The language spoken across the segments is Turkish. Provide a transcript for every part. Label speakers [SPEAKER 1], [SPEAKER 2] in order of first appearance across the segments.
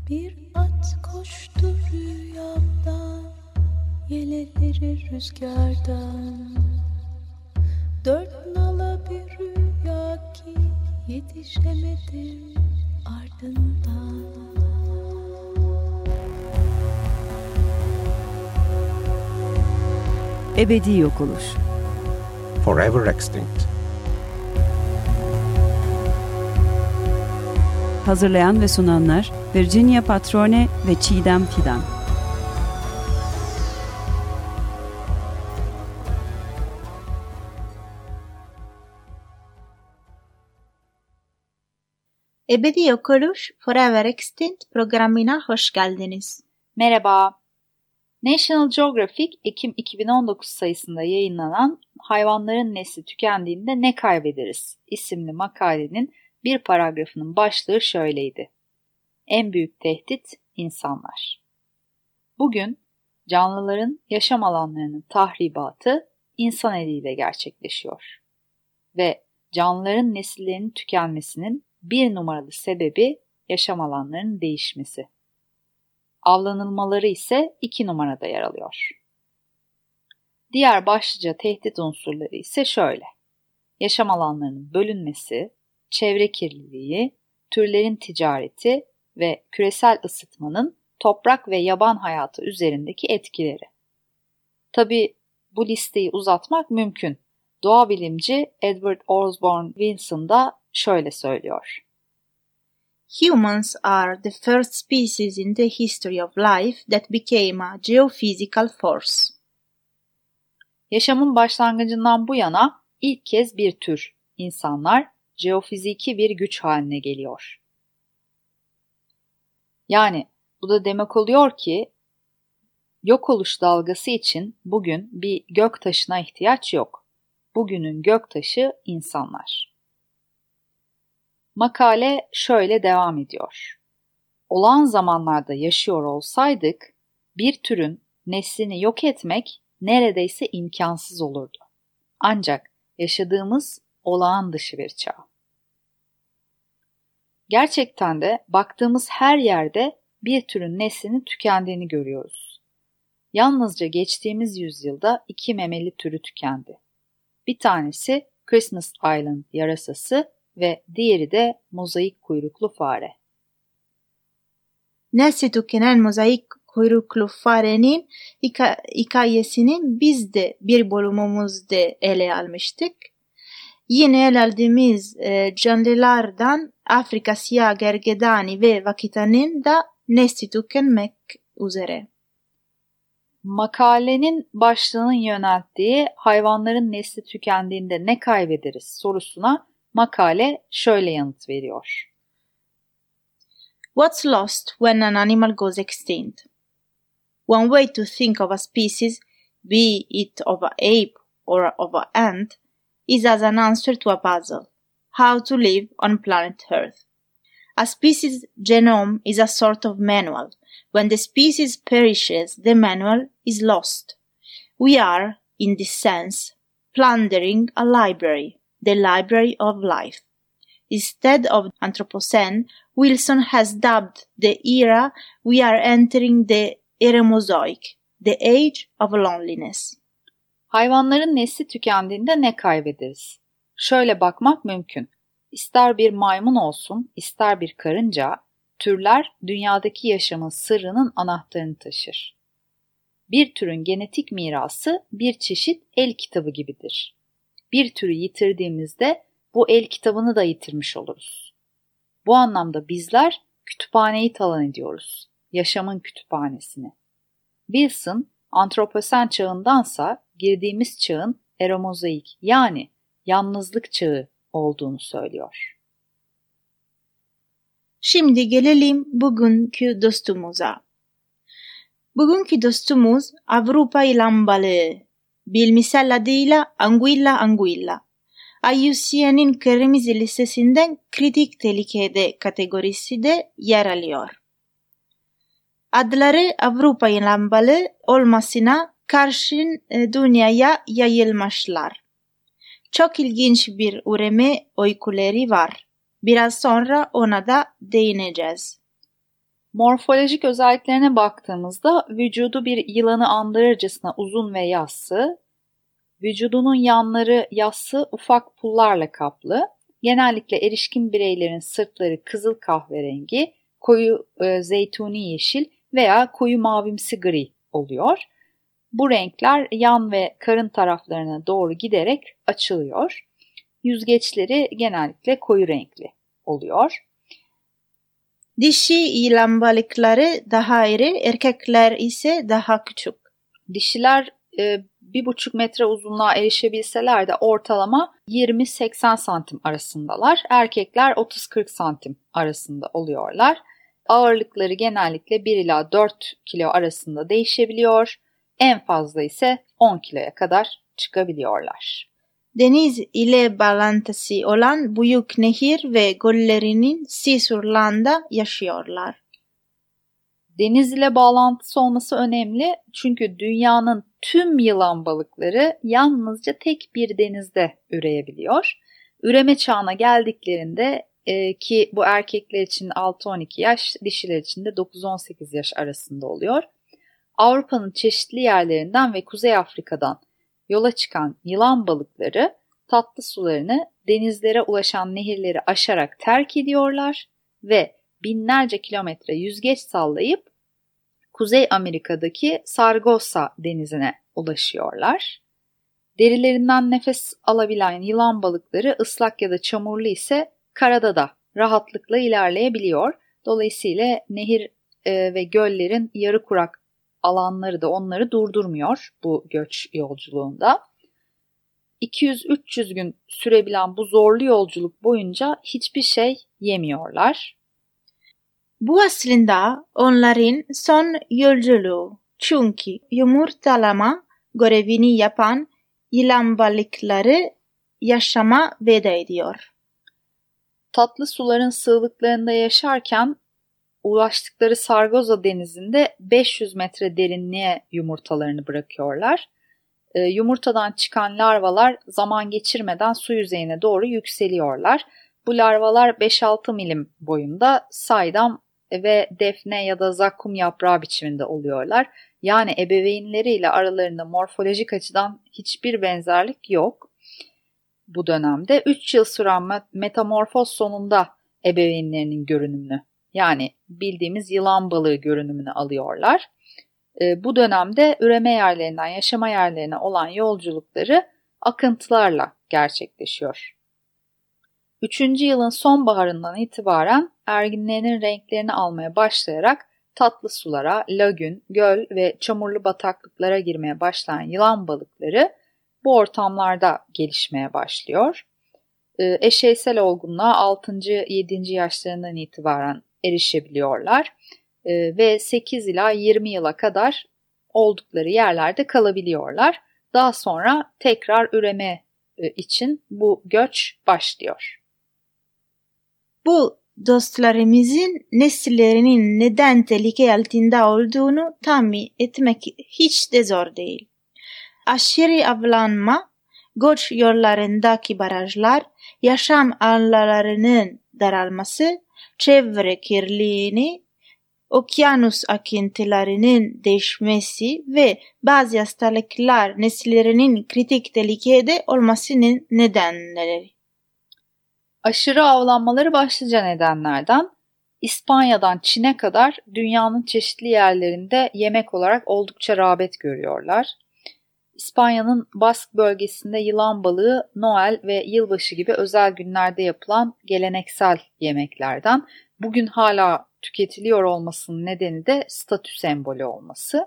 [SPEAKER 1] Bir at koştu rüyamda, yeleleri rüzgardan. Dört nala bir rüya ki yetişemedim ardından.
[SPEAKER 2] Ebedi yok oluş.
[SPEAKER 3] Forever extinct.
[SPEAKER 2] Hazırlayan ve sunanlar Virginia Patrone ve Çiğdem Fidan.
[SPEAKER 4] Ebedi Yok Oluş Forever Extinct programına hoş geldiniz.
[SPEAKER 5] Merhaba. National Geographic Ekim 2019 sayısında yayınlanan "Hayvanların nesli tükendiğinde ne kaybederiz?" isimli makalenin bir paragrafının başlığı şöyleydi: En büyük tehdit insanlar. Bugün canlıların yaşam alanlarının tahribatı insan eliyle gerçekleşiyor. Ve canlıların nesillerinin tükenmesinin bir numaralı sebebi yaşam alanlarının değişmesi. Avlanılmaları ise 2 numarada yer alıyor. Diğer başlıca tehdit unsurları ise şöyle: yaşam alanlarının bölünmesi, çevre kirliliği, türlerin ticareti ve küresel ısıtmanın toprak ve yaban hayatı üzerindeki etkileri. Tabii bu listeyi uzatmak mümkün. Doğa bilimci Edward Osborne Wilson da şöyle söylüyor:
[SPEAKER 4] Humans are the first species in the history of life that became a geophysical force.
[SPEAKER 5] Yaşamın başlangıcından bu yana ilk kez bir tür, insanlar, jeofiziki bir güç haline geliyor. Yani bu da demek oluyor ki yok oluş dalgası için bugün bir göktaşına ihtiyaç yok. Bugünün göktaşı insanlar. Makale şöyle devam ediyor: Olağan zamanlarda yaşıyor olsaydık, bir türün neslini yok etmek neredeyse imkansız olurdu. Ancak yaşadığımız olağan dışı bir çağ. Gerçekten de baktığımız her yerde bir türün neslinin tükendiğini görüyoruz. Yalnızca geçtiğimiz yüzyılda 2 memeli türü tükendi. Bir tanesi Christmas Island yarasası ve diğeri de mozaik kuyruklu fare.
[SPEAKER 4] Nesli tükenen mozaik kuyruklu farenin hikayesini biz de bir bölümümüzde ele almıştık. Yine ele aldığımız canlılardan Afrika siyah gergedani ve vakitanın da nesli tükenmek üzere.
[SPEAKER 5] Makalenin başlığının yönelttiği hayvanların nesli tükendiğinde ne kaybederiz sorusuna makale şöyle yanıt veriyor:
[SPEAKER 4] What's lost when an animal goes extinct? One way to think of a species, be it of an ape or of an ant, is as an answer to a puzzle: how to live on planet Earth. A species' genome is a sort of manual. When the species perishes, the manual is lost. We are, in this sense, plundering a library, the library of life. Instead of Anthropocene, Wilson has dubbed the era we are entering the Eremozoic, the age of loneliness.
[SPEAKER 5] Hayvanların nesli tükendiğinde ne kaybederiz? Şöyle bakmak mümkün. İster bir maymun olsun, ister bir karınca, türler dünyadaki yaşamın sırrının anahtarını taşır. Bir türün genetik mirası bir çeşit el kitabı gibidir. Bir türü yitirdiğimizde bu el kitabını da yitirmiş oluruz. Bu anlamda bizler kütüphaneyi talan ediyoruz. Yaşamın kütüphanesini. Wilson, Antroposen çağındansa girdiğimiz çağın Eremozoik yani yalnızlık çağı olduğunu söylüyor.
[SPEAKER 4] Şimdi gelelim bugünkü dostumuza. Bugünkü dostumuz Avrupa ilan balığı, bilimsel adıyla Anguilla anguilla. IUCN'in kırmızı listesinden kritik tehlikede kategorisinde yer alıyor. Adları Avrupa ilan balığı olmasına karşın dünyaya yayılmışlar. Çok ilginç bir üreme öyküleri var. Biraz sonra ona da değineceğiz.
[SPEAKER 5] Morfolojik özelliklerine baktığımızda vücudu bir yılanı andırırcasına uzun ve yassı, vücudunun yanları yassı ufak pullarla kaplı, genellikle erişkin bireylerin sırtları kızıl kahverengi, koyu zeytuni yeşil veya koyu mavimsi gri oluyor. Bu renkler yan ve karın taraflarına doğru giderek açılıyor. Yüzgeçleri genellikle koyu renkli oluyor.
[SPEAKER 4] Dişi yılan balıkları daha iri, erkekler ise daha küçük.
[SPEAKER 5] Dişiler 1,5 metre uzunluğa erişebilseler de ortalama 20-80 santim arasındalar. Erkekler 30-40 santim arasında oluyorlar. Ağırlıkları genellikle 1 ila 4 kilo arasında değişebiliyor. En fazla ise 10 kiloya kadar çıkabiliyorlar.
[SPEAKER 4] Deniz ile bağlantısı olan büyük nehir ve göllerinin Sisurland'da yaşıyorlar.
[SPEAKER 5] Deniz ile bağlantısı olması önemli çünkü dünyanın tüm yılan balıkları yalnızca tek bir denizde üreyebiliyor. Üreme çağına geldiklerinde ki bu erkekler için 6-12 yaş, dişiler için de 9-18 yaş arasında oluyor. Avrupa'nın çeşitli yerlerinden ve Kuzey Afrika'dan yola çıkan yılan balıkları tatlı sularını denizlere ulaşan nehirleri aşarak terk ediyorlar ve binlerce kilometre yüzgeç sallayıp Kuzey Amerika'daki Sargasso denizine ulaşıyorlar. Derilerinden nefes alabilen yılan balıkları ıslak ya da çamurlu ise karada da rahatlıkla ilerleyebiliyor. Dolayısıyla nehir ve göllerin yarı kurak alanları da onları durdurmuyor bu göç yolculuğunda. 200-300 gün sürebilen bu zorlu yolculuk boyunca hiçbir şey yemiyorlar.
[SPEAKER 4] Bu aslında onların son yolculuğu. Çünkü yumurtalama görevini yapan yılan balıkları yaşama veda ediyor.
[SPEAKER 5] Tatlı suların sığlıklarında yaşarken ulaştıkları Sargasso denizinde 500 metre derinliğe yumurtalarını bırakıyorlar. Yumurtadan çıkan larvalar zaman geçirmeden su yüzeyine doğru yükseliyorlar. Bu larvalar 5-6 milim boyunda saydam ve defne ya da zakkum yaprağı biçiminde oluyorlar. Yani ebeveynleriyle aralarında morfolojik açıdan hiçbir benzerlik yok. Bu dönemde 3 yıl süren metamorfoz sonunda ebeveynlerinin görünümünü, yani bildiğimiz yılan balığı görünümünü alıyorlar. Bu dönemde üreme yerlerinden yaşama yerlerine olan yolculukları akıntılarla gerçekleşiyor. 3. yılın sonbaharından itibaren erginlerinin renklerini almaya başlayarak tatlı sulara, lagün, göl ve çamurlu bataklıklara girmeye başlayan yılan balıkları bu ortamlarda gelişmeye başlıyor. Eşeysel olgunluğa 6. 7. yaşlarından itibaren erişebiliyorlar ve 8 ila 20 yıla kadar oldukları yerlerde kalabiliyorlar. Daha sonra tekrar üreme için bu göç başlıyor.
[SPEAKER 4] Bu dostlarımızın nesillerinin neden tehlike altında olduğunu tahmin etmek hiç de zor değil. Aşırı avlanma, göç yollarındaki barajlar, yaşam alanlarının daralması, çevre kirliliğini, okyanus akıntılarının değişmesi ve bazı hastalıklar nesillerinin kritik tehlikede olmasının nedenleri.
[SPEAKER 5] Aşırı avlanmaları başlıca nedenlerden İspanya'dan Çin'e kadar dünyanın çeşitli yerlerinde yemek olarak oldukça rağbet görüyorlar. İspanya'nın Bask bölgesinde yılan balığı Noel ve yılbaşı gibi özel günlerde yapılan geleneksel yemeklerden. Bugün hala tüketiliyor olmasının nedeni de statü sembolü olması.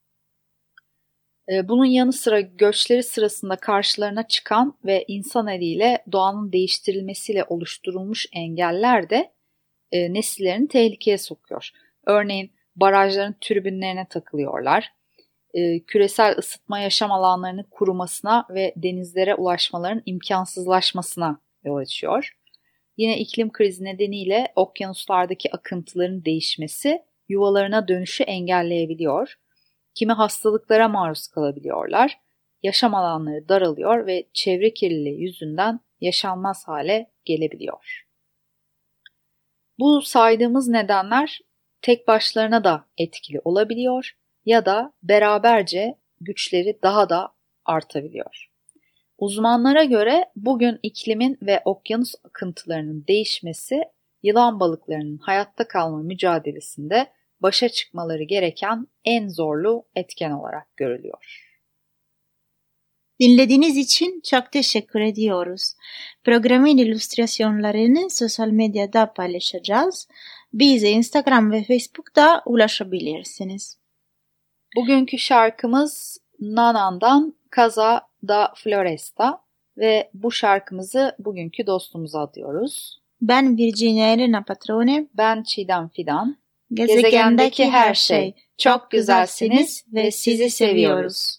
[SPEAKER 5] Bunun yanı sıra göçleri sırasında karşılarına çıkan ve insan eliyle doğanın değiştirilmesiyle oluşturulmuş engeller de nesillerini tehlikeye sokuyor. Örneğin barajların tribünlerine takılıyorlar. Küresel ısıtma yaşam alanlarının kurumasına ve denizlere ulaşmaların imkansızlaşmasına yol açıyor. Yine iklim krizi nedeniyle okyanuslardaki akıntıların değişmesi yuvalarına dönüşü engelleyebiliyor. Kimi hastalıklara maruz kalabiliyorlar, yaşam alanları daralıyor ve çevre kirliliği yüzünden yaşanmaz hale gelebiliyor. Bu saydığımız nedenler tek başlarına da etkili olabiliyor ya da beraberce güçleri daha da artabiliyor. Uzmanlara göre bugün iklimin ve okyanus akıntılarının değişmesi yılan balıklarının hayatta kalma mücadelesinde başa çıkmaları gereken en zorlu etken olarak görülüyor.
[SPEAKER 4] Dinlediğiniz için çok teşekkür ediyoruz. Programın illüstrasyonlarını sosyal medyada paylaşacağız. Bize Instagram ve Facebook'ta ulaşabilirsiniz.
[SPEAKER 5] Bugünkü şarkımız Nanan'dan Casa da Floresta ve bu şarkımızı bugünkü dostumuza adıyoruz.
[SPEAKER 4] Ben Virginia Elena Patrone.
[SPEAKER 5] Ben Çiğdem Fidan.
[SPEAKER 4] Gezegendeki her şey. Çok güzelsiniz ve sizi seviyoruz.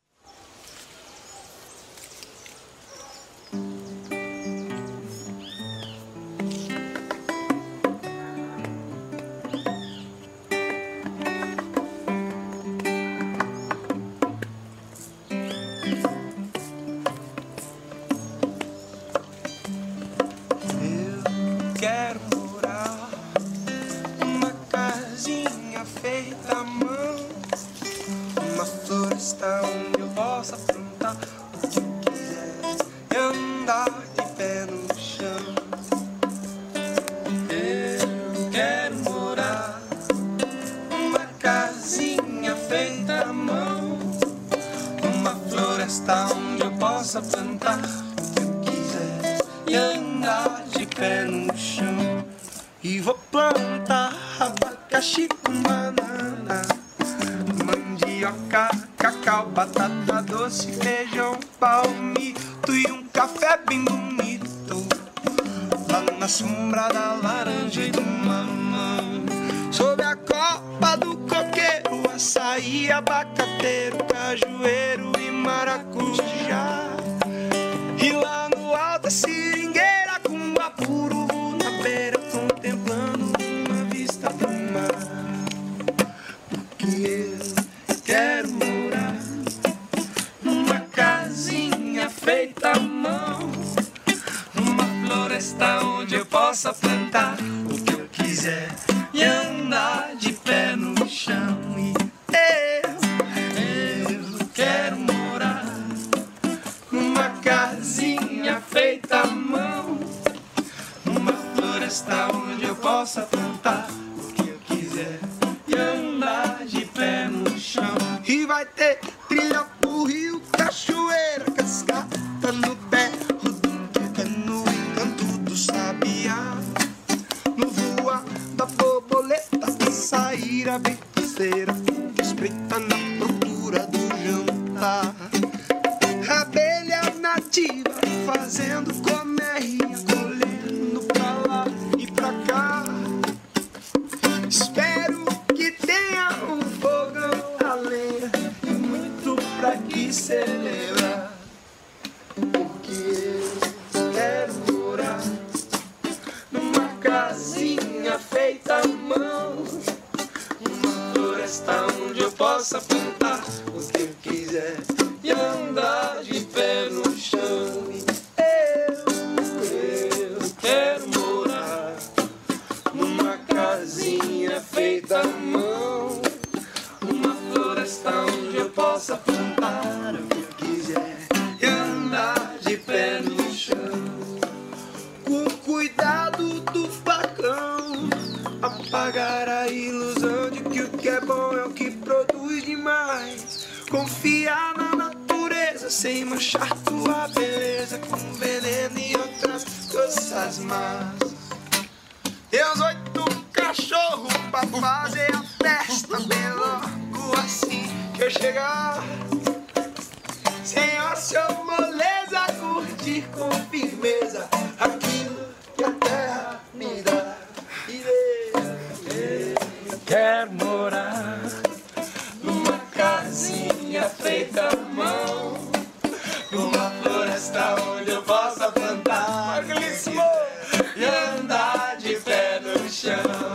[SPEAKER 6] Onde eu possa plantar o que eu quiser e andar de pé no chão. E vou plantar abacaxi com banana, mandioca, cacau, batata doce, feijão, palmito e um café bem bonito lá na sombra da laranja e do mamão. Sob a copa do coqueiro, açaí, abacateiro, cajueiro e maracujá. E lá no alto a seringueira com guapuru na beira, contemplando uma vista do mar. Porque eu quero morar numa casinha feita à mão, numa floresta onde eu possa plantar o que eu quiser e andar de pé no chão. E eu quero morar numa casinha feita à mão, numa floresta onde eu possa plantar o que eu quiser e andar de pé no chão. E vai ter trilha pro rio, cachoeira, cascata no pé, rodunga no encanto do sabiá, no voar da borboleta, sair a feiticeira, espreita na procura do jantar. Abelha nativa fazendo colmeia, colhendo pra lá e pra cá. Espero que tenha um fogão a lenha e muito pra que celebrar. Porque eu quero morar numa casinha feita à mão, numa floresta onde eu possa plantar o que eu quiser e andar de pé no chão. Eu quero morar numa casinha feita à mão, numa floresta onde eu possa plantar o que eu quiser e andar de pé no chão. Com cuidado do facão, apagar a ilusão de que o que é bom é o que produz demais. Confiar na natureza sem manchar tua beleza com veneno e outras coisas más. Deus 8 cachorros pra fazer a festa bem logo assim que eu chegar. Sem ócio ou moleza, curtir com firmeza aquilo que a terra me dá. Eu quero morar numa casinha feita à mão, numa floresta onde eu possa plantar e andar de pé no chão.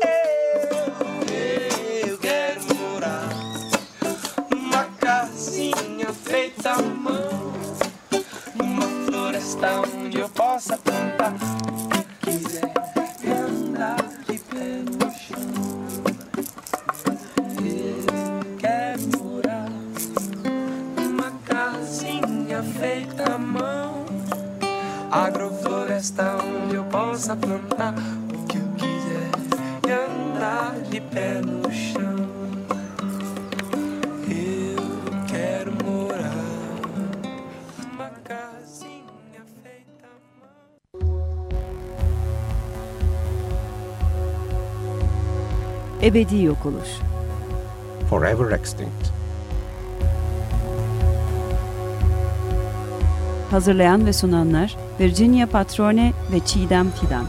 [SPEAKER 6] Eu quero morar numa casinha feita à mão, numa floresta onde eu possa plantar o que quiser e andar de pé no chão. possa plantar o que eu quiser e andar de pé no chão. Eu quero morar numa casinha feita à mão.
[SPEAKER 2] Ebedi yok oluş.
[SPEAKER 3] Forever extinct.
[SPEAKER 2] Hazırlayan ve sunanlar Virginia Patrone ve Çiğdem Fidan.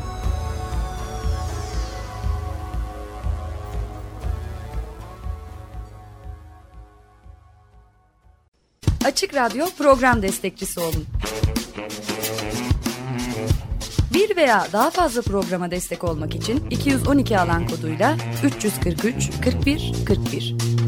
[SPEAKER 7] Açık Radyo program destekçisi olun. Bir veya daha fazla programa destek olmak için 212 alan koduyla 343 41 41.